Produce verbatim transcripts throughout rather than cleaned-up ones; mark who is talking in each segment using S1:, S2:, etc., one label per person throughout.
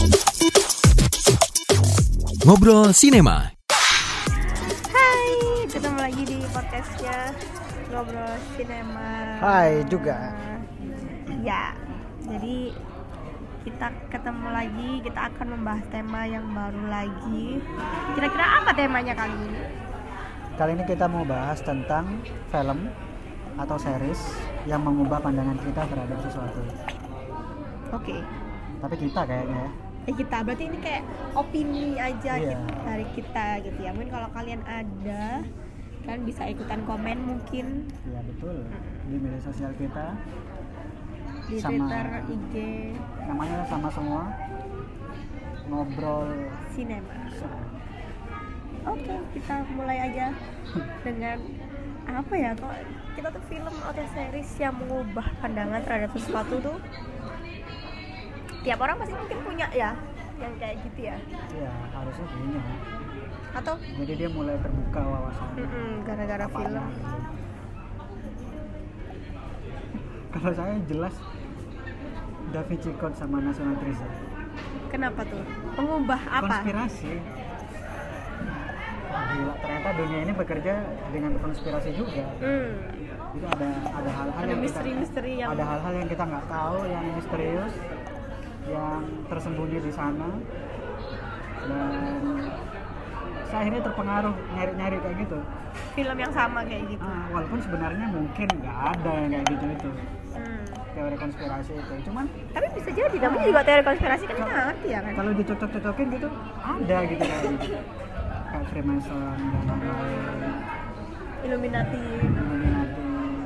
S1: Ngobrol Sinema.
S2: Hai, ketemu lagi di podcastnya Ngobrol Sinema.
S3: Hai juga.
S2: Ya, jadi kita ketemu lagi, kita akan membahas tema yang baru lagi. Kira-kira apa temanya kali ini?
S3: Kali ini kita mau bahas tentang film atau series yang mengubah pandangan kita terhadap sesuatu.
S2: Oke.
S3: Tapi kita kayaknya ya.
S2: Eh kita berarti ini kayak opini aja
S3: Iya.
S2: gitu, dari kita gitu ya. Mungkin kalau kalian ada, kalian bisa ikutan komen mungkin
S3: Iya betul. Di media sosial kita
S2: di
S3: sama,
S2: Twitter, I G,
S3: namanya sama semua. Ngobrol
S2: Sinema.
S3: Sinema.
S2: Oke, kita mulai aja dengan apa ya? Kok kita tuh film atau series yang mengubah pandangan terhadap sesuatu tuh tiap orang pasti mungkin punya ya, yang kayak gitu ya.
S3: Iya, harusnya punya.
S2: Atau
S3: Jadi dia mulai terbuka wawasannya.
S2: mm-mm, gara-gara
S3: Apanya
S2: film.
S3: gitu. Kalau saya jelas Da Vinci Code sama National Treasure.
S2: Kenapa tuh? Mengubah apa?
S3: Konspirasi. Wah, gila, ternyata dunia ini bekerja dengan konspirasi juga.
S2: Hmm.
S3: Itu ada ada hal-hal
S2: Ada
S3: yang
S2: misteri-misteri
S3: kita,
S2: yang-
S3: ada hal-hal yang kita nggak tahu, yang misterius, yang tersembunyi di sana. Dan saya akhirnya terpengaruh nyari-nyari kayak gitu.
S2: Film yang sama kayak gitu.
S3: Ah, walaupun sebenarnya mungkin nggak ada yang kayak gitu itu
S2: Hmm.
S3: teori konspirasi itu. Cuman
S2: Tapi bisa jadi, namanya juga teori konspirasi kan kita ngerti ya kan?
S3: kalau dicocok-cocokin gitu ada gitu kayak gitu. Kayak Freemason dan lain-lain.
S2: Illuminati.
S3: Illuminati.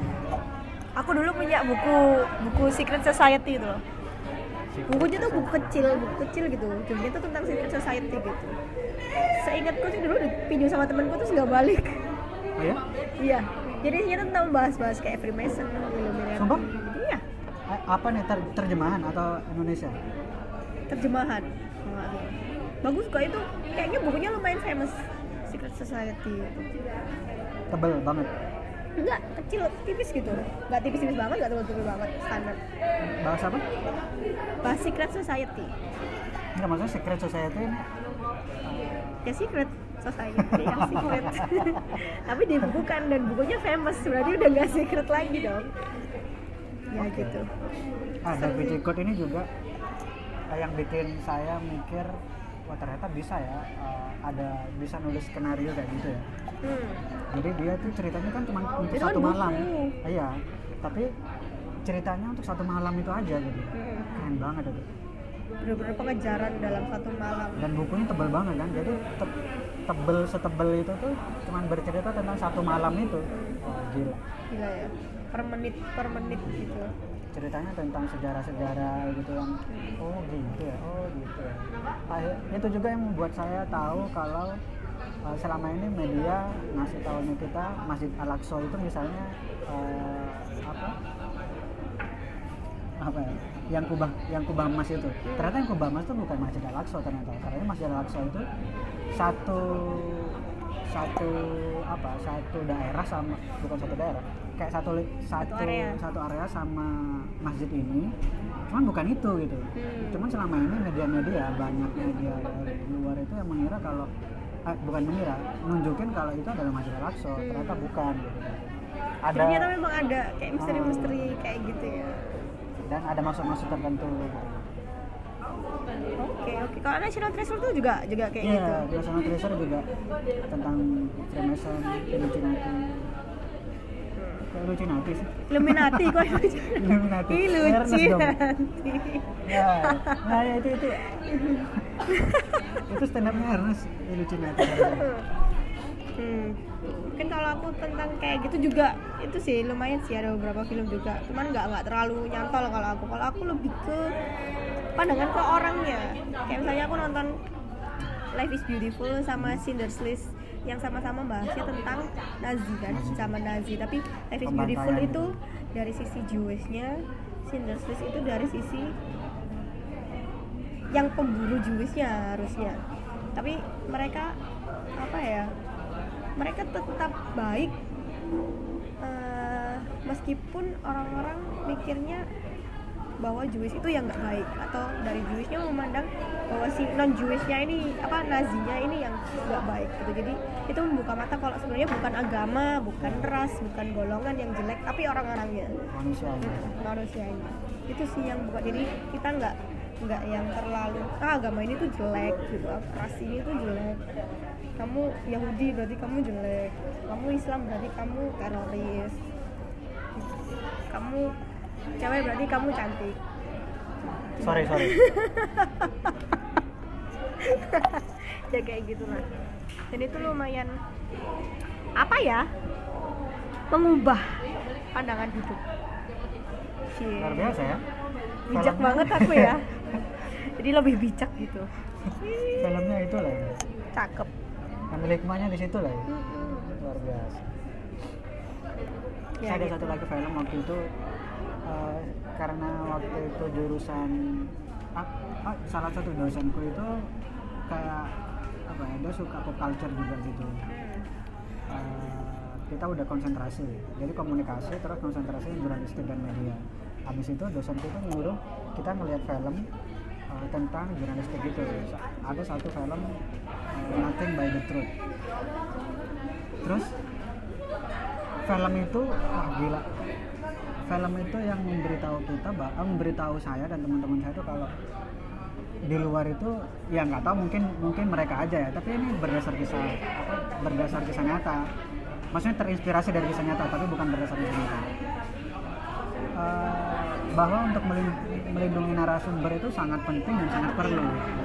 S2: Aku dulu punya buku buku Secret Society itu loh. Bukunya tuh buku kecil, buku kecil gitu. Judulnya tuh tentang Secret Society gitu. Seingatku sih dulu dipinjam sama temanku terus nggak balik.
S3: Oh ya?
S2: Iya. Jadi isinya tuh tentang bahas-bahas kayak Freemason, Illuminati.
S3: Sumpah?
S2: Iya.
S3: A- apa nih ter- terjemahan atau Indonesia?
S2: Terjemahan. Bagus kok itu. Kayaknya bukunya lumayan famous. Secret Society itu.
S3: Tebel banget.
S2: Enggak, kecil, tipis gitu. Enggak tipis-tipis banget, enggak tebal-tebal banget, standar.
S3: Bahasa apa?
S2: Bahas Secret Society.
S3: Enggak, maksudnya Secret Society ini
S2: Ya Secret Society, ya Secret. Tapi dibukukan dan bukunya famous, berarti udah nggak secret lagi dong. Ya
S3: Oke.
S2: gitu.
S3: ah, Da Vinci Code ini juga eh, yang bikin saya mikir, wah ternyata bisa ya, eh, ada bisa nulis skenario kayak gitu ya.
S2: Hmm.
S3: Jadi dia tuh ceritanya kan cuma untuk
S2: Itu
S3: satu
S2: kan buku.
S3: malam. Ah, iya, tapi ceritanya untuk satu malam itu aja gitu.
S2: Hmm.
S3: Keren banget itu.
S2: Bener-bener pengejaran dalam satu malam.
S3: Dan bukunya tebal banget kan, jadi te- tebel setebel itu tuh cuman bercerita tentang satu malam itu. Wah, gila.
S2: Gila ya. Per menit per menit gitu.
S3: Ceritanya tentang sejarah-sejarah gitu yang oh gitu ya, oh gitu ya. Ah, itu juga yang membuat saya tahu kalau uh, selama ini media ngasih tahunya kita Masjid Al-Aqsa itu misalnya uh, apa apa ya, yang kubah yang kubah emas itu. Ternyata yang kubah emas itu bukan Masjid Al-Aqsa ternyata. Karena Masjid Al-Aqsa itu satu satu apa satu daerah sama bukan satu daerah kayak satu satu
S2: area.
S3: satu area sama masjid ini, cuman bukan itu gitu.
S2: Hmm.
S3: Cuman selama ini media-media banyak media dari luar itu yang mengira kalau eh, bukan mengira nunjukin kalau itu adalah Masjid Al-Aqsa.
S2: Hmm.
S3: Ternyata bukan gitu. Ada
S2: Ternyata memang ada kayak misteri-misteri kayak gitu ya.
S3: dan ada maksud-maksud tertentu gitu.
S2: Oke, oke. Kalau National Treasure tuh juga juga kayak
S3: Iya,
S2: gitu.
S3: National Treasure juga tentang Freemason, Illuminati. Kayak Illuminati sih.
S2: Illuminati kok
S3: Illuminati. Ernest dong.
S2: Illuminati.
S3: Ya, nah ya, itu itu. Itu stand up-nya Ernest, Illuminati.
S2: Hmm. Mungkin kalau aku tentang kayak gitu juga itu sih lumayan sih, ada beberapa film juga. Cuman nggak nggak terlalu nyantol kalau aku. Kalau aku lebih ke pandangan ke orangnya. Kayak misalnya aku nonton Life is Beautiful sama Schindler's List yang sama-sama bahasnya tentang Nazi kan, zaman Nazi. Tapi Life is Beautiful
S3: Pembantaian
S2: itu dari sisi Jewish-nya, Schindler's List itu dari sisi yang pemburu Jewish-nya harusnya. Tapi mereka apa ya? Mereka tetap baik uh, meskipun orang-orang mikirnya bahwa Jewish itu yang nggak baik, atau dari Jewishnya memandang bahwa si non Jewishnya ini apa Nazinya ini yang nggak baik gitu. Jadi itu membuka mata kalau sebenarnya bukan agama, bukan ras, bukan golongan yang jelek, tapi orang-orangnya,
S3: manusianya.
S2: manusianya. Itu sih yang buka. Jadi kita nggak nggak yang terlalu ah, agama ini tuh jelek gitu, ras ini tuh jelek, kamu Yahudi berarti kamu jelek, kamu Islam berarti kamu teroris, kamu cewek berarti kamu cantik.
S3: Sorry sorry.
S2: Ya kayak gitulah. Dan itu lumayan apa ya, mengubah pandangan hidup. Cie.
S3: Luar biasa ya.
S2: Bijak
S3: Filmnya-
S2: banget aku ya. Jadi lebih bijak gitu.
S3: Filmnya itu lah ya.
S2: Cakep.
S3: Ambil hikmahnya di situ lah ya. Luar biasa.
S2: Ya,
S3: Saya ada
S2: gitu.
S3: satu lagi film waktu itu eh, karena waktu itu jurusan ah, ah, salah satu dosenku itu kayak apa ya, dia suka pop culture juga gitu. Eh, kita udah konsentrasi, jadi komunikasi terus konsentrasi jurnalistik dan media. Habis itu dosenku itu nyuruh kita ngelihat film uh, tentang jurnalistik gitu. Ada satu film uh, Nothing by the Truth. Terus film itu wah gila. Film itu yang memberitahu kita, bah, eh, memberitahu saya dan teman-teman saya itu kalau di luar itu ya nggak tahu, mungkin mungkin mereka aja ya, tapi ini berdasar kisah apa, berdasar kisah nyata. Maksudnya terinspirasi dari kisah nyata, tapi bukan berdasar kisah nyata. Uh, bahwa untuk melindungi narasumber itu sangat penting dan sangat perlu,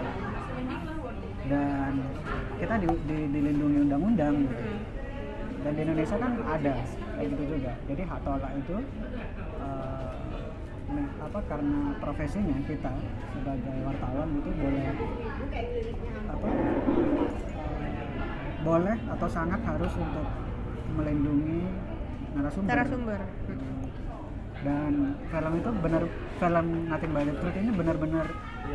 S3: dan kita di, di, dilindungi undang-undang gitu. Dan di Indonesia kan ada kayak gitu juga. Jadi hak tolak itu uh, nah, apa karena profesinya kita sebagai wartawan itu boleh apa uh, boleh atau sangat harus untuk melindungi narasumber.
S2: Narasumber.
S3: Dan film itu benar, film Nothing by the Truth ini benar-benar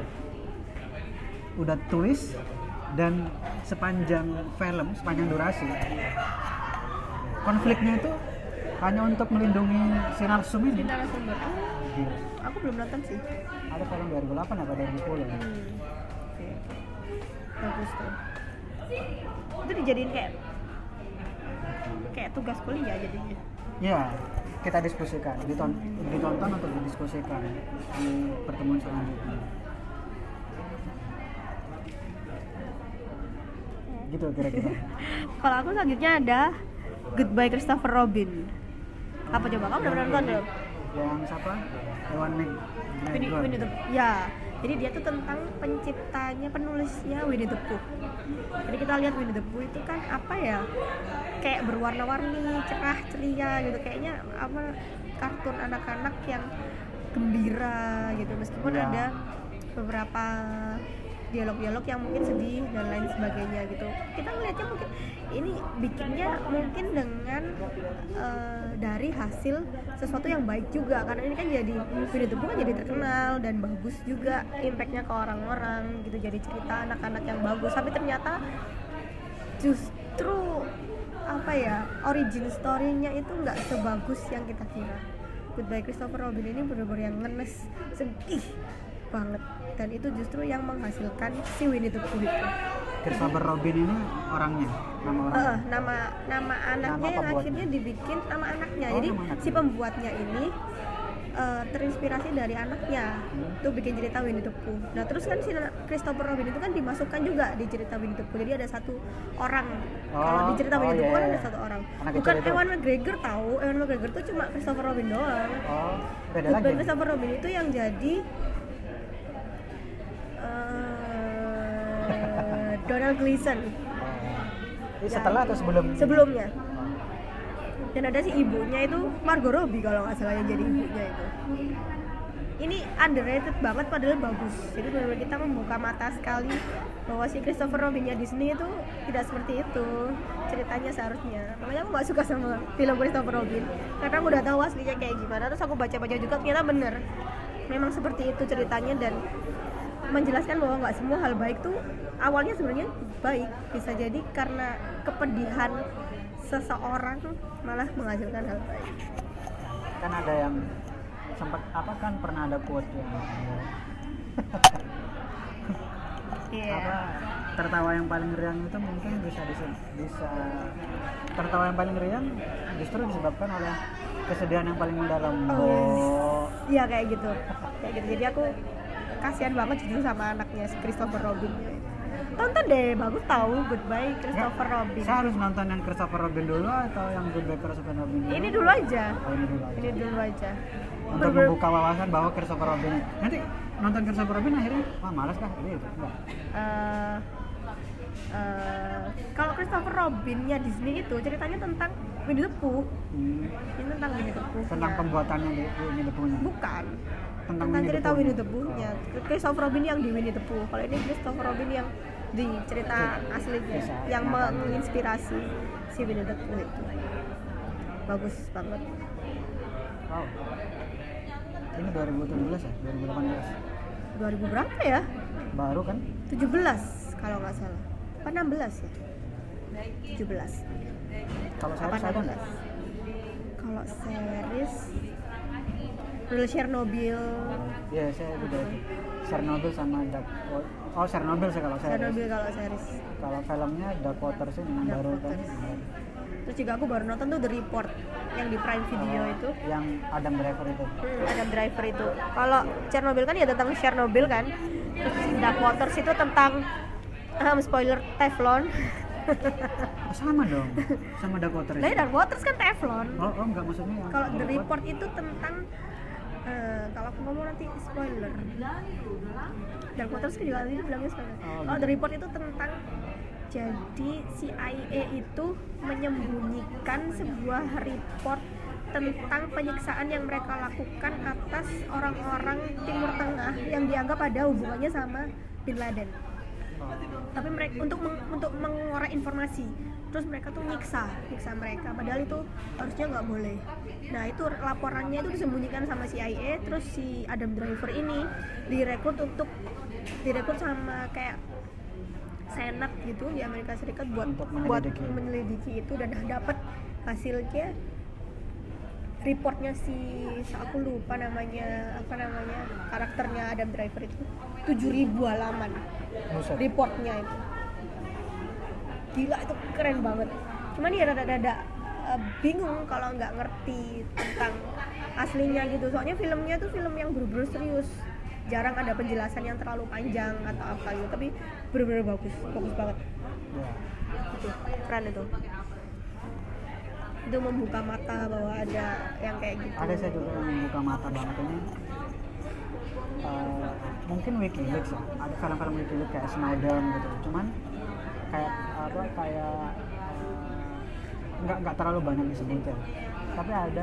S3: udah twist, dan sepanjang film, sepanjang durasi konfliknya itu hanya untuk melindungi si narsum ini.
S2: Narasumber.
S3: Gila.
S2: Aku belum nonton sih.
S3: Ada film dua ribu delapan apa dua ribu sepuluh ya?
S2: Hmm. Oke. Bagus tuh. Itu dijadiin kayak kayak tugas kuliah jadinya.
S3: Ya, kita diskusikan, diton ditonton untuk didiskusikan di pertemuan selanjutnya. Gitu kira-kira.
S2: Kalau aku selanjutnya ada Goodbye Christopher Robin. Apa coba kamu udah pernah nonton belum?
S3: Yang siapa? Ewan
S2: Winnie,
S3: McGregor.
S2: Winnie the Pooh. Ya, jadi dia tuh tentang penciptanya, penulisnya Winnie the Pooh. Jadi kita lihat Winnie the Pooh itu kan apa ya? Kayak berwarna-warni, cerah, ceria gitu. Kayaknya apa kartun anak-anak yang gembira gitu. Meskipun
S3: Ya.
S2: ada beberapa dialog-dialog yang mungkin sedih dan lain sebagainya gitu. Kita ngeliatnya mungkin ini bikinnya mungkin dengan uh, dari hasil sesuatu yang baik juga, karena ini kan jadi Winnie the Pooh kan jadi terkenal dan bagus juga impactnya ke orang-orang gitu, jadi cerita anak-anak yang bagus. Tapi ternyata justru apa ya, origin story-nya itu nggak sebagus yang kita kira. Goodbye Christopher Robin ini benar-benar yang ngenes, sedih banget, dan itu justru yang menghasilkan si Winnie the Pooh itu.
S3: Christopher Robin ini orangnya, nama orangnya.
S2: Uh, nama nama anaknya
S3: Nama
S2: yang
S3: pembuatnya.
S2: akhirnya dibikin nama anaknya.
S3: Oh,
S2: Jadi
S3: nama anaknya.
S2: si pembuatnya ini uh, terinspirasi dari anaknya
S3: Hmm.
S2: tuh bikin cerita Winnie the Pooh. Nah terus kan si Christopher Robin itu kan dimasukkan juga di cerita Winnie the Pooh. Jadi ada satu orang.
S3: Oh,
S2: Kalau di cerita
S3: oh,
S2: Winnie the Pooh
S3: iya,
S2: kan
S3: iya.
S2: ada satu orang.
S3: Anak
S2: Bukan
S3: kecil itu.
S2: Ewan McGregor tahu. Ewan McGregor tuh cuma Christopher Robin doang.
S3: Oh, beda
S2: Goodbye
S3: lagi.
S2: Christopher Robin itu yang jadi uh, Donald Gleason
S3: Ini setelah atau sebelum?
S2: sebelumnya.
S3: Oh.
S2: Dan ada si ibunya itu Margot Robbie kalau nggak salah yang jadi ibunya itu. Ini underrated banget padahal bagus. Jadi benar-benar kita membuka mata sekali bahwa si Christopher Robin-nya Disney itu tidak seperti itu ceritanya seharusnya. Makanya aku nggak suka sama film Christopher Robin karena aku udah tahu aslinya kayak gimana. Terus aku baca-baca juga ternyata bener, memang seperti itu ceritanya, dan menjelaskan bahwa nggak semua hal baik tuh awalnya sebenarnya baik, bisa jadi karena kepedihan seseorang malah menghasilkan hal baik.
S3: Kan ada yang sempat apa kan pernah ada quote yang
S2: Iya.
S3: apa tertawa yang paling riang itu mungkin bisa bisa, bisa tertawa yang paling riang justru disebabkan oleh kesedihan yang paling mendalam.
S2: Oh,
S3: Oh,
S2: iya kayak gitu kayak gitu jadi aku kasihan banget jujur sama anaknya si Christopher Robin. Tonton deh, bagus tahu Goodbye Christopher
S3: ya,
S2: Robin.
S3: saya harus nonton yang Christopher Robin dulu atau yang Goodbye Christopher Robin dulu?
S2: Ini dulu aja.
S3: Oh, ini dulu aja.
S2: Ini dulu aja.
S3: Untuk
S2: Bener-bener-
S3: membuka wawasan bahwa Christopher Robin nanti nonton Christopher Robin akhirnya wah malas kah ini itu enggak.
S2: Eh, eh, kalau Christopher Robinnya Disney itu ceritanya tentang Winnie the Pooh.
S3: Hmm,
S2: Ini tentang Winnie the Pooh.
S3: tentang pembuatannya di ini depunya.
S2: Bukan.
S3: Tentang
S2: Tentang
S3: Winnie the
S2: cerita
S3: Pooh.
S2: Winnie the Pooh-nya. Christopher Robin yang di Winnie the Pooh. Kalau ini Christopher Robin yang di cerita aslinya
S3: Bisa,
S2: yang
S3: nyata.
S2: menginspirasi si Winnie the Pooh itu. Bagus banget.
S3: Wow. Ini dua ribu tujuh belas ya? dua ribu delapan belas.
S2: dua ribu berapa ya?
S3: Baru kan?
S2: tujuh belas kalau nggak salah. Apa enam belas ya? tujuh belas.
S3: Kalau saya
S2: Apa
S3: ada
S2: enam
S3: enggak?
S2: belas? Kalau series Real Chernobyl.
S3: Iya, saya juga itu. Chernobyl sama Dark Water. Oh, Chernobyl sih kalau saya.
S2: Chernobyl kalau series.
S3: Kalau filmnya Dark Water sih yang
S2: Dark
S3: baru kan.
S2: Waters. Terus juga aku baru nonton tuh The Report yang di Prime Video
S3: Oh,
S2: itu.
S3: yang Adam Driver itu.
S2: Hmm, Adam Driver itu. Kalau Chernobyl kan ya tentang Chernobyl kan. Terus Dark Waters itu tentang um, spoiler Teflon.
S3: Oh, sama dong. Sama Dark Water
S2: Nah,
S3: itu.
S2: Dark Waters kan Teflon.
S3: Oh, oh enggak maksudnya yang
S2: Kalau The
S3: Dark
S2: Report itu tentang eh, kalau aku ngomong nanti spoiler. Dark Waters kan juga nanti bilangnya spoiler.
S3: Oh,
S2: Kalau
S3: gitu.
S2: The Report itu tentang jadi C I A itu menyembunyikan sebuah report tentang penyiksaan yang mereka lakukan atas orang-orang Timur Tengah yang dianggap ada hubungannya sama Bin Laden. Tapi mereka untuk meng, untuk mengurai informasi, terus mereka tuh nyiksa, nyiksa mereka. Padahal itu harusnya nggak boleh. Nah itu laporannya itu disembunyikan sama C I A, terus si Adam Driver ini direkrut untuk direkrut sama kayak senat gitu di Amerika Serikat buat
S3: Untuk
S2: buat
S3: menyelidiki.
S2: menyelidiki itu dan dapat hasilnya reportnya si aku lupa namanya apa namanya karakternya Adam Driver itu tujuh ribu halaman
S3: Buset.
S2: reportnya itu gila itu keren banget cuman ya rada-rada uh, bingung kalau nggak ngerti tentang aslinya gitu soalnya filmnya tuh film yang bener-bener serius jarang ada penjelasan yang terlalu panjang atau apa gitu tapi bener-bener bagus bagus banget
S3: Ya.
S2: itu keren itu itu membuka mata bahwa ada yang kayak gitu
S3: Ada saya juga yang membuka mata banget ini. Uh, mungkin WikiLeaks ya. Ada film-film WikiLeaks kayak Snowden gitu. Cuman kayak apa kayak uh, nggak nggak terlalu banyak disebutkan. Tapi ada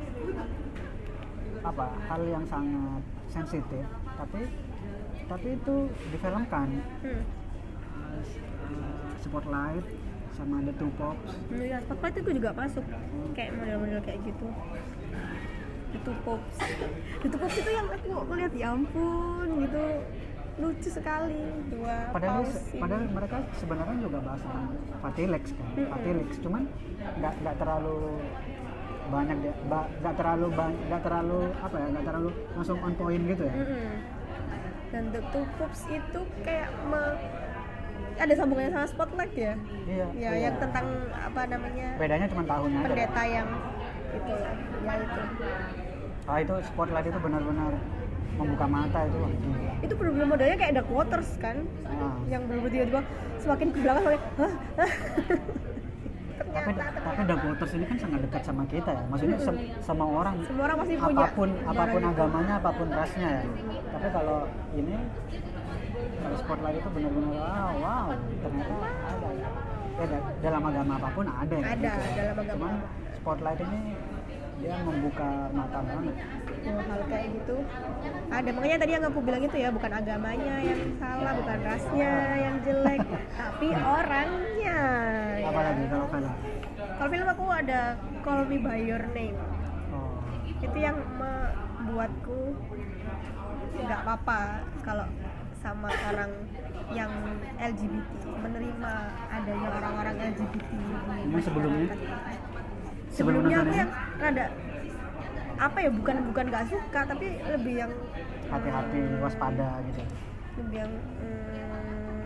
S3: apa hal yang sangat sensitif. Tapi tapi itu difilmkan.
S2: hmm.
S3: Uh, Spotlight sama The Two Popes.
S2: Ya, Spotlight itu juga masuk kayak model-model kayak gitu. Itu Pops. Itu Pops itu yang aku ngeliat ya ampun gitu lucu sekali dua
S3: Padahal
S2: paus
S3: se-
S2: ini.
S3: padahal mereka sebenarnya juga bahas tentang Patilix kan,
S2: Mm-mm.
S3: Patilix cuman nggak nggak terlalu banyak deh, ba- nggak terlalu ba- nggak terlalu apa ya, nggak terlalu langsung on point gitu ya.
S2: Mm-mm. Dan The Two Popes itu kayak me- ada sambungannya sama Spotlight ya.
S3: Iya.
S2: Ya
S3: iya.
S2: yang tentang apa namanya
S3: bedanya cuma tahunnya aja.
S2: pendeta yang itu ya itu.
S3: Ah itu Spotlight itu benar-benar membuka mata itu wah gila.
S2: Itu bener-bener modelnya kayak Dark Waters kan.
S3: Ah.
S2: Yang bener-bener tiba-tiba semakin ke belakang semakin hah? Hah?
S3: Tapi
S2: Ternyata,
S3: tapi Dark Waters ini kan sangat dekat sama kita ya. Maksudnya sem- semua orang
S2: semua orang pasti punya
S3: apapun apapun
S2: darah gitu.
S3: agamanya, apapun rasnya ya. Tapi kalau ini kalau Spotlight itu benar-benar wow, wow ternyata ada ya. Ya da- dalam agama apapun ada ya.
S2: Ada, dalam agama
S3: Cuman
S2: apapun.
S3: Spotlight ini dia membuka mata banget.
S2: Tuh, hal kayak gitu ada makanya tadi yang aku bilang itu ya bukan agamanya yang salah bukan rasnya yang jelek tapi orangnya ya.
S3: Apalagi kalau film.
S2: Kalau film aku ada Call Me By Your Name
S3: Oh.
S2: itu yang membuatku nggak apa-apa kalau sama orang yang L G B T menerima adanya orang-orang L G B T di
S3: Yang sebelumnya?
S2: masyarakat.
S3: Sebelum
S2: sebelumnya
S3: nonton
S2: aku
S3: ini?
S2: yang rada apa ya bukan bukan nggak suka tapi lebih yang
S3: Hati-hati, waspada gitu.
S2: lebih yang hmm,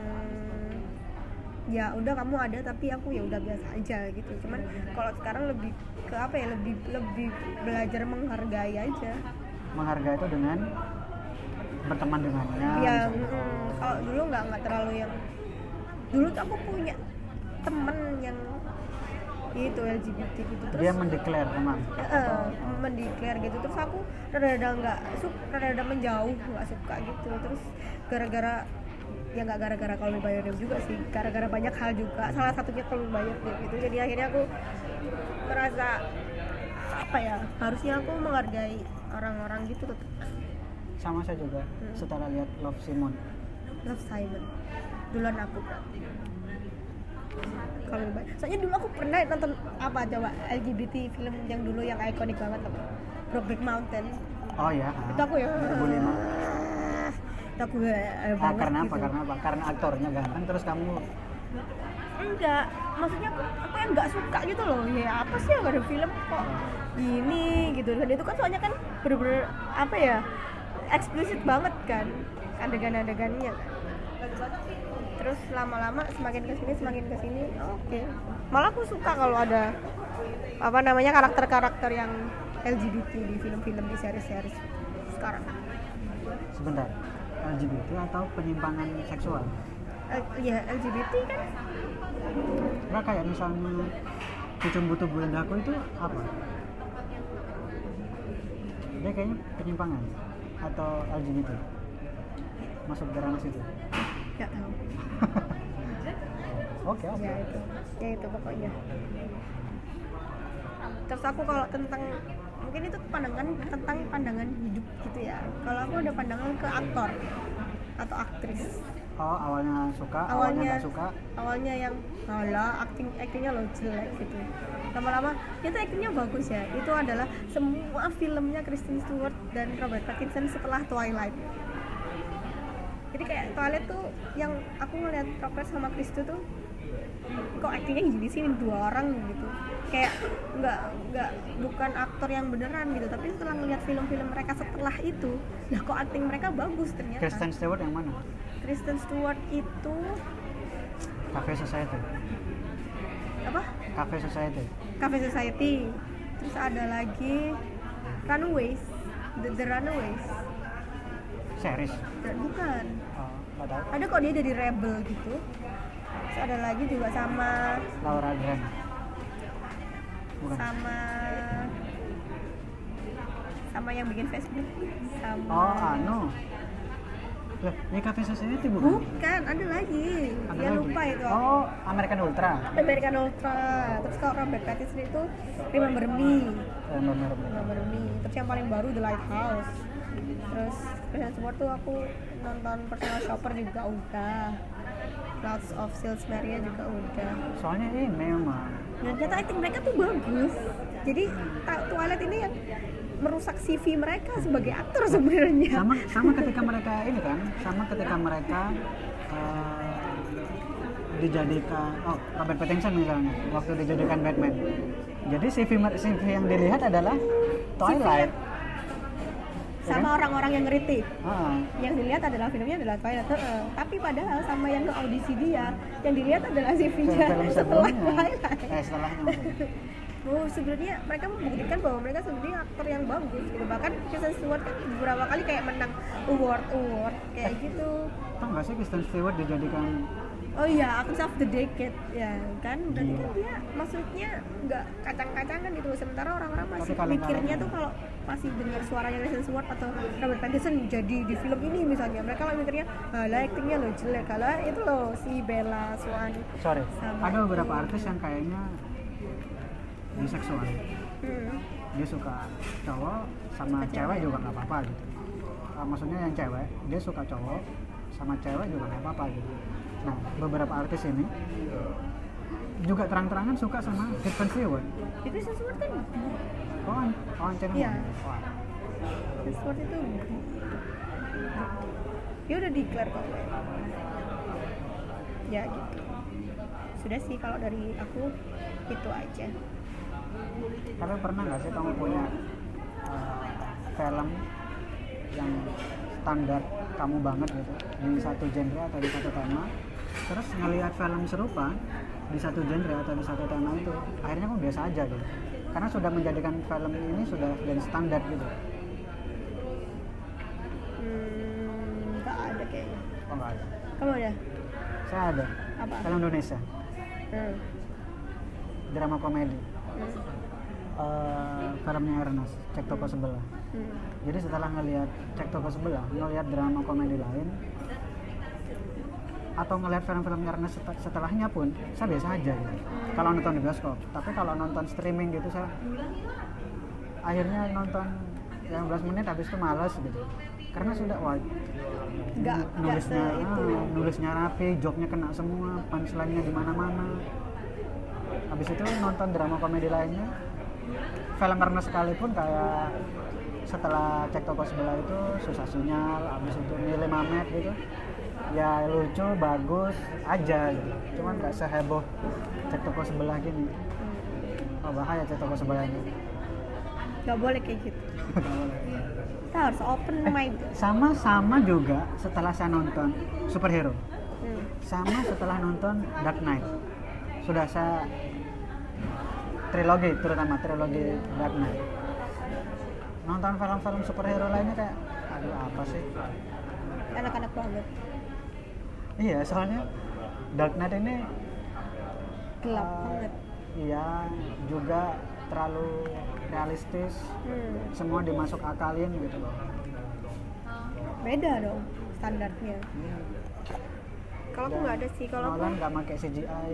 S2: ya udah kamu ada tapi aku ya udah biasa aja gitu. Cuman kalau sekarang lebih ke apa ya, lebih lebih belajar menghargai aja.
S3: Menghargai itu dengan berteman dengannya.
S2: Ya
S3: misalnya.
S2: mm, kalau dulu nggak nggak terlalu yang dulu tuh aku punya temen yang itu L G B T gitu terus
S3: Dia mendeklar teman.
S2: uh, mendeklar gitu terus aku rada-rada nggak suka, rada-rada menjauh nggak suka gitu terus gara-gara ya nggak gara-gara kalau bayar juga sih, gara-gara banyak hal juga, salah satunya kalau bayar gitu. Jadi akhirnya aku merasa apa ya, harusnya aku menghargai orang-orang gitu tetap.
S3: Sama saya juga
S2: Hmm.
S3: setelah lihat Love Simon.
S2: Love Simon duluan aku berarti kalau baik. Soalnya dulu aku pernah nonton apa coba L G B T film yang dulu yang ikonik banget apa? Brokeback Mountain.
S3: Oh ya.
S2: Itu aku ya.
S3: dua ribu lima.
S2: Itu aku eh,
S3: Ah,
S2: banget
S3: karena
S2: gitu.
S3: apa? Karena apa? Karena aktornya ganteng terus kamu
S2: Enggak, maksudnya aku aku yang nggak suka gitu loh. Ya apa sih yang ada film kok gini gitu. Dan itu kan soalnya kan bener-bener apa ya, eksplisit banget kan adegan-adegannya kan. Terus lama-lama semakin kesini semakin kesini oke okay. Malah aku suka kalau ada apa namanya karakter-karakter yang L G B T di film-film, di series-series sekarang.
S3: sebentar. L G B T atau penyimpangan seksual?
S2: Eh, ya L G B T kan
S3: Nah kayak misalnya Kucing Butuh Bulandaku itu apa? Dia kayaknya penyimpangan atau L G B T? Masuk ke ranah situ?
S2: nggak tahu.
S3: Oke oke.
S2: Ya itu, ya itu pokoknya. Terus aku kalau tentang mungkin itu pandangan tentang pandangan hidup gitu ya. Kalau aku ada pandangan ke aktor atau aktris.
S3: Oh awalnya suka, awalnya
S2: Awalnya
S3: nggak suka.
S2: awalnya yang malah acting actingnya lo jelek gitu. Lama-lama itu actingnya bagus ya. Itu adalah semua filmnya Kristen Stewart dan Robert Pattinson setelah Twilight. Jadi kayak Twilight tuh yang aku ngeliat Robert sama Kristen tuh kok aktingnya gini sih, dua orang gitu, kayak nggak nggak bukan aktor yang beneran gitu. Tapi setelah ngeliat film-film mereka setelah itu, lah kok akting mereka bagus ternyata.
S3: Kristen Stewart yang mana?
S2: Kristen Stewart itu
S3: Cafe Society.
S2: apa?
S3: Cafe Society.
S2: Cafe Society. Terus ada lagi Runaways, The, The Runaways.
S3: Series.
S2: Dan bukan.
S3: Oh, nggak tahu.
S2: Ada kok dia jadi rebel gitu. Terus ada lagi juga sama
S3: Laura Dern. Bukan.
S2: sama sama yang bikin Facebook sama
S3: Oh, anu. Lah, ini Cafe Society bukan?
S2: bukan, ada lagi.
S3: Ada
S2: Ya
S3: lagi?
S2: lupa itu.
S3: Oh, American Ultra.
S2: American Ultra. Terus kalau Robert Pattinson itu Remember Me.
S3: Eh, bener, bener.
S2: Remember Me. Terus yang paling baru The Lighthouse. Terus Kristen Stewart tuh aku nonton Personal Shopper juga udah. Lots of Salisbury juga udah.
S3: Soalnya ini memang
S2: Dan ternyata acting mereka tuh bagus. Jadi ta- Twilight ini yang merusak C V mereka sebagai aktor sebenarnya.
S3: sama sama ketika mereka ini kan, sama ketika mereka eh, dijadikan oh Robert Pattinson misalnya waktu dijadikan Batman. Jadi C V mer- C V yang dilihat adalah Twilight.
S2: Sama orang-orang yang ngeritik.
S3: Ah,
S2: Yang dilihat adalah filmnya adalah Twilight. Heeh. Tapi padahal sama yang ke audisi dia, yang dilihat adalah C V-nya
S3: film
S2: setelah
S3: sebelumnya.
S2: Twilight.
S3: Eh setelahnya.
S2: Oh, sebenarnya mereka membuktikan bahwa mereka sebenarnya aktor yang bagus gitu. Bahkan Kristen Stewart kan beberapa kali kayak menang award award kayak gitu.
S3: Tahu nggak sih Kristen Stewart dijadikan
S2: Oh iya, Actress of the Decade ya kan. Berarti kan dia maksudnya nggak kacang-kacangan gitu. Sementara orang-orang masih
S3: Tapi kalau
S2: mikirnya
S3: kalau-
S2: tuh kalau masih dengar suaranya Kristen Stewart atau Robert Pattinson jadi di film ini misalnya, mereka kalau mikirnya lah actingnya lo jelek, kalau itu loh si Bella Swan.
S3: sorry
S2: Sama
S3: ada beberapa
S2: itu.
S3: artis yang kayaknya biseksual.
S2: Hmm.
S3: Dia suka cowok sama
S2: Suka
S3: cewek
S2: cewek.
S3: juga nggak apa-apa gitu. Ah, maksudnya yang cewek dia suka cowok sama cewek juga nggak apa-apa gitu. Nah beberapa artis ini juga terang-terangan suka sama Kristen Stewart.
S2: Itu Kristen Stewart kan
S3: Oh, an- oh Ancena
S2: Iya.
S3: oh,
S2: Kristen Stewart itu dia udah declare kok. Ya gitu. Sudah sih kalau dari aku itu aja.
S3: Tapi pernah nggak sih kamu punya uh, film yang standar kamu banget gitu di satu genre atau di satu tema, terus ngelihat film serupa di satu genre atau di satu tema itu akhirnya kok biasa aja gitu, karena sudah menjadikan film ini sudah jadi standar gitu.
S2: Hmm, nggak ada kayaknya.
S3: Oh nggak ada.
S2: Kamu ada?
S3: Saya ada.
S2: Apa?
S3: Film Indonesia,
S2: Hmm.
S3: drama komedi.
S2: Hmm.
S3: Uh, filmnya Ernest, Cek Toko Sebelah.
S2: Hmm.
S3: Jadi setelah ngelihat Cek Toko Sebelah, ngelihat drama komedi lain, atau ngelihat film-film Ernest set- setelahnya pun, saya biasa aja gitu. Kalau nonton di bioskop, tapi kalau nonton streaming gitu saya akhirnya nonton lima belas menit habis itu malas gitu. Karena sudah wah
S2: Nggak,
S3: nulisnya
S2: nggak se- itu.
S3: ah, nulisnya rapi, joknya kena semua, punchline-nya di mana-mana. Habis itu nonton drama komedi lainnya, film Ernest sekalipun kayak setelah Cek Toko Sebelah itu Susah Sinyal, habis itu Mile Mamet gitu, ya lucu, bagus aja gitu. Cuman nggak seheboh Cek Toko Sebelah gini. Oh bahaya Cek Toko Sebelah ini.
S2: Nggak boleh kayak gitu. Kita harus open mind.
S3: Sama-sama juga setelah saya nonton superhero,
S2: Hmm.
S3: sama setelah nonton Dark Knight, sudah saya trilogi, terutama trilogi Dark Knight, nonton film-film superhero lainnya kayak aduh apa sih.
S2: Anak-anak banget.
S3: Iya soalnya Dark Knight ini
S2: Gelap
S3: uh,
S2: banget.
S3: iya juga terlalu realistis,
S2: Hmm.
S3: semua dimasuk akalin gitu loh.
S2: Beda dong standarnya. Kalau aku nggak ada sih, kalau aku
S3: Nolan nggak pakai C G I.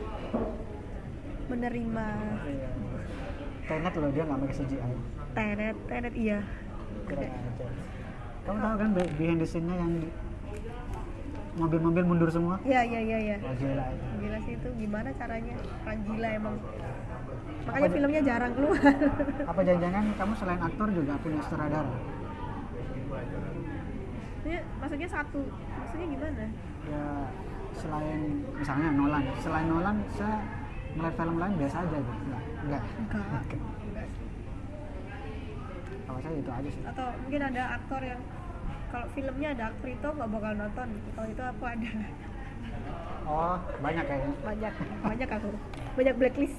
S2: menerima
S3: Iya. Tenet loh dia nggak pakai C G I.
S2: tenet tenet iya.
S3: Kurang aja. Kamu tahu kan be- behind the scene-nya yang di- mobil-mobil mundur semua?
S2: Iya iya iya iya.
S3: Wah gila itu.
S2: Gila sih itu, gimana caranya? Orang gila emang. Makanya
S3: Apa-
S2: filmnya jarang keluar.
S3: Apa jangan-jangan kamu selain aktor juga punya sutradara?
S2: Ini maksudnya satu, maksudnya gimana?
S3: Ya selain misalnya Nolan, selain Nolan saya melihat film lain biasa aja gitu. Enggak. Enggak.
S2: Enggak.
S3: Kalau saya itu aja sih.
S2: Atau mungkin ada aktor yang kalau filmnya ada aktor itu nggak bakal nonton. Kalau itu aku ada.
S3: Oh, banyak kayaknya.
S2: Banyak, banyak aku. Banyak blacklist.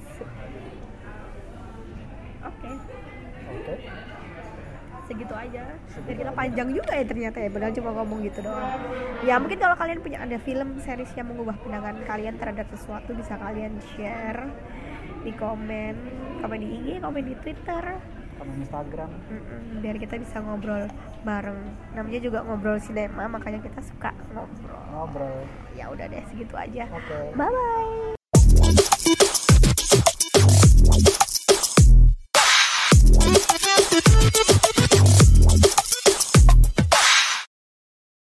S2: Oke,
S3: Oke.
S2: segitu aja.
S3: Segitu
S2: Jadi kita
S3: aja.
S2: panjang juga ya ternyata ya, padahal cuma ngomong gitu doang. Ya mungkin kalau kalian punya ada film series yang mengubah pandangan kalian terhadap sesuatu, bisa kalian share di komen, komen di I G, komen di Twitter.
S3: Komen Instagram.
S2: Mm-mm, biar kita bisa ngobrol bareng. Namanya juga ngobrol sinema, makanya kita suka ngobrol.
S3: Ngobrol.
S2: Ya udah deh, segitu aja.
S3: Oke.
S2: Bye bye.